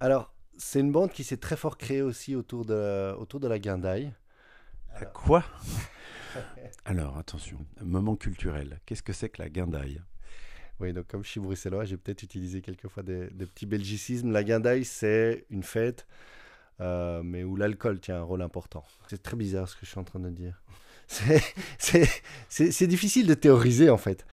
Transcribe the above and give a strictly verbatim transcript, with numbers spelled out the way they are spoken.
Alors, c'est une bande qui s'est très fort créée aussi autour de, autour de la guindaille. La Alors, quoi? Alors, attention, moment culturel. Qu'est-ce que c'est que la guindaille? oui, donc comme je suis bruxellois, j'ai peut-être utilisé quelquefois des, des petits belgicismes. La guindaille, c'est une fête, euh, mais où l'alcool tient un rôle important. C'est très bizarre ce que je suis en train de dire. C'est, c'est, c'est, c'est difficile de théoriser en fait.